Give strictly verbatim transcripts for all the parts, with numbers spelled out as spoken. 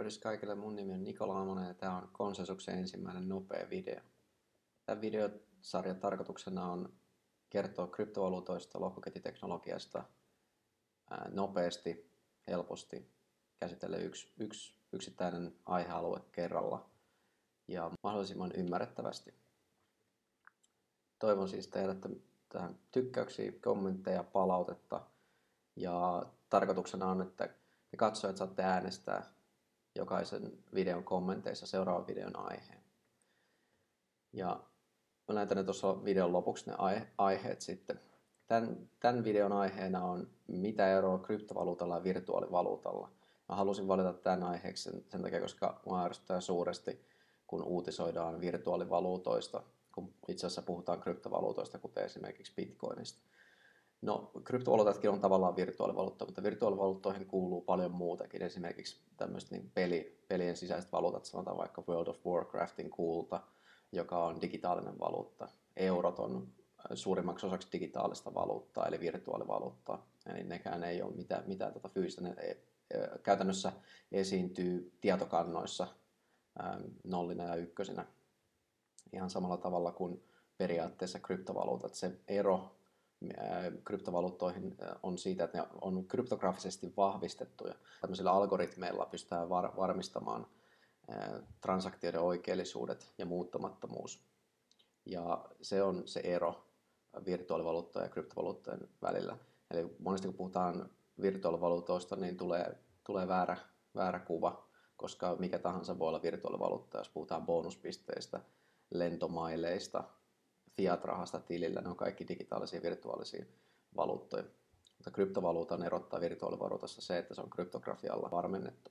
Morjes kaikille, mun nimi on Niko Laamonen ja tämä on Konsensuksen ensimmäinen nopea video. Tämän videosarjan tarkoituksena on kertoa kryptovaluutoista, lohkoketjuteknologiasta ää, nopeasti, helposti, käsitellä yksi, yksi yksittäinen aihealue kerralla ja mahdollisimman ymmärrettävästi. Toivon siis teiltä tähän tykkäyksiä, kommentteja, palautetta ja tarkoituksena on, että te katsojat saatte äänestää jokaisen videon kommenteissa seuraavan videon aiheen. Ja mä näen tänne tuossa videon lopuksi ne aihe- aiheet sitten. Tämän, tämän videon aiheena on, mitä eroa kryptovaluutalla ja virtuaalivaluutalla. Mä halusin valita tämän aiheeksi sen, sen takia, koska mua ärsyttää suuresti, kun uutisoidaan virtuaalivaluutoista, kun itse asiassa puhutaan kryptovaluutoista, kuten esimerkiksi Bitcoinista. No, kryptovaluutatkin on tavallaan virtuaalivaluutta, mutta virtuaalivaluuttoihin kuuluu paljon muutakin. Esimerkiksi tämmöiset niin peli, pelien sisäiset valuutat, sanotaan vaikka World of Warcraftin kulta, joka on digitaalinen valuutta. Eurot on suurimmaksi osaksi digitaalista valuuttaa, eli virtuaalivaluuttaa. Eli nekään ei ole mitään, mitään tota fyysistä. Ne käytännössä esiintyy tietokannoissa nollina ja ykkösinä. Ihan samalla tavalla kuin periaatteessa kryptovaluutat. Se ero kryptovaluuttoihin on siitä, että ne on kryptografisesti vahvistettuja. Tämmöisillä algoritmeilla pystytään var- varmistamaan transaktioiden oikeellisuudet ja muuttamattomuus. Ja se on se ero virtuaalivaluuttojen ja kryptovaluuttojen välillä. Eli monesti kun puhutaan virtuaalivaluutoista, niin tulee, tulee väärä, väärä kuva, koska mikä tahansa voi olla virtuaalivaluutta, jos puhutaan bonuspisteistä, lentomaileista, fiat-rahasta tilillä, ne on kaikki digitaalisia virtuaalisia valuuttoja. Mutta kryptovaluutan erottaa virtuaalivaluutassa se, että se on kryptografialla varmennettu.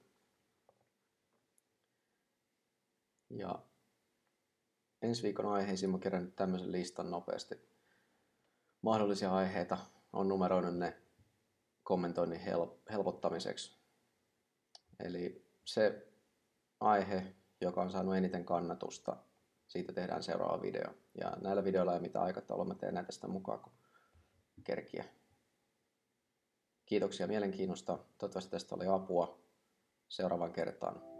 Ja ensi viikon aiheisiin mä kerään nyt tämmöisen listan nopeasti. Mahdollisia aiheita on numeroinut ne kommentoinnin helpottamiseksi. Eli se aihe, joka on saanut eniten kannatusta, siitä tehdään seuraava video. Ja näillä videoilla ei mitään aikataulua, mä teen näitä sitä mukaan, kun kerkiä. Kiitoksia mielenkiinnosta. Toivottavasti tästä oli apua. Seuraavaan kertaan.